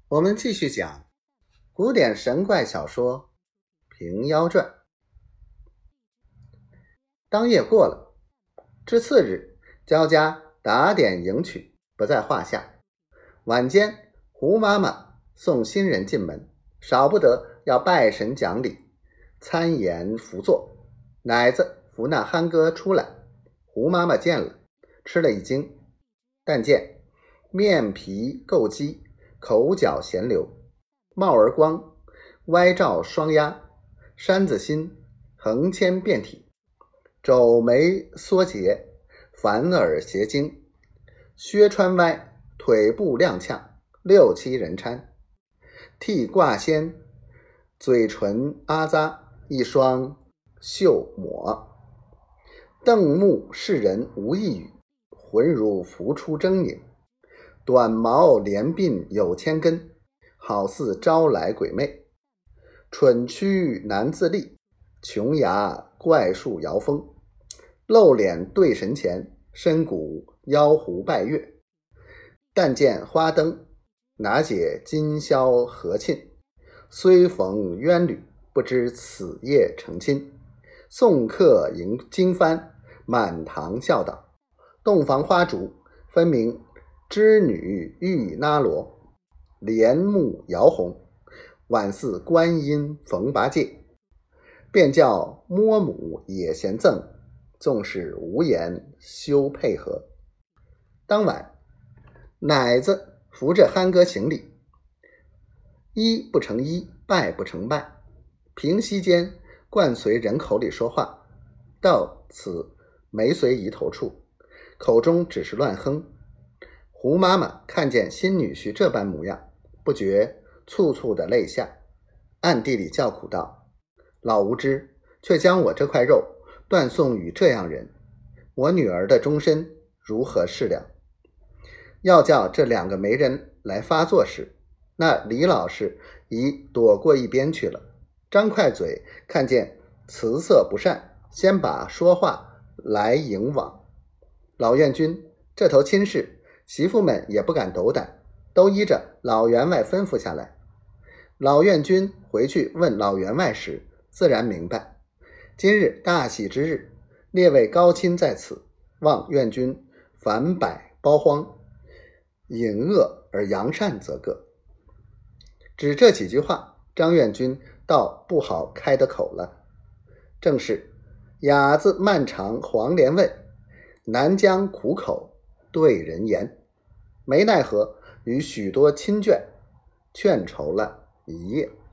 我们继续讲古典神怪小说《平妖传》。当夜过了，至次日，焦家打点迎娶，不在话下。晚间，胡妈妈送新人进门，少不得要拜神讲礼，参言辅佐。奶子扶那憨哥出来，胡妈妈见了，吃了一惊，但见面皮垢肌，口角咸流，帽儿光，歪照双鸭，山子心，横牵遍体，肘眉缩结，反耳斜经，靴穿歪，腿部踉跄，六七人搀，剃挂仙，嘴唇阿扎，一双绣抹，瞪目视人无一语，浑如浮出狰狞，短毛连鬓有千根，好似招来鬼魅，蠢躯难自立，琼崖怪树摇风，露脸对神前，深谷妖狐拜月。但见花灯，哪解今宵和庆，虽逢冤侣，不知此夜成亲。送客迎经幡，满堂笑道，洞房花烛，分明织女玉那罗，帘幕摇红，宛似观音逢八戒。便叫摸母也嫌赠，纵使无言休配合。当晚，奶子扶着憨哥行礼，一不成一，拜不成拜，平息间惯随人口里说话，到此没随仪头处，口中只是乱哼。胡妈妈看见新女婿这般模样，不觉簇簇的泪下，暗地里叫苦道，老无知，却将我这块肉断送与这样人，我女儿的终身如何是了？要叫这两个媒人来发作时，那李老师已躲过一边去了，张快嘴看见辞色不善，先把说话来迎往。老院君这头亲事，媳妇们也不敢斗胆，都依着老员外吩咐下来。老院君回去问老员外时，自然明白，今日大喜之日，列位高亲在此，望院君反摆包荒，隐恶而扬善则个。只这几句话，张院君倒不好开的口了。正是哑子漫长黄连味，难将苦口对人言，没奈何与许多亲眷劝愁了一夜。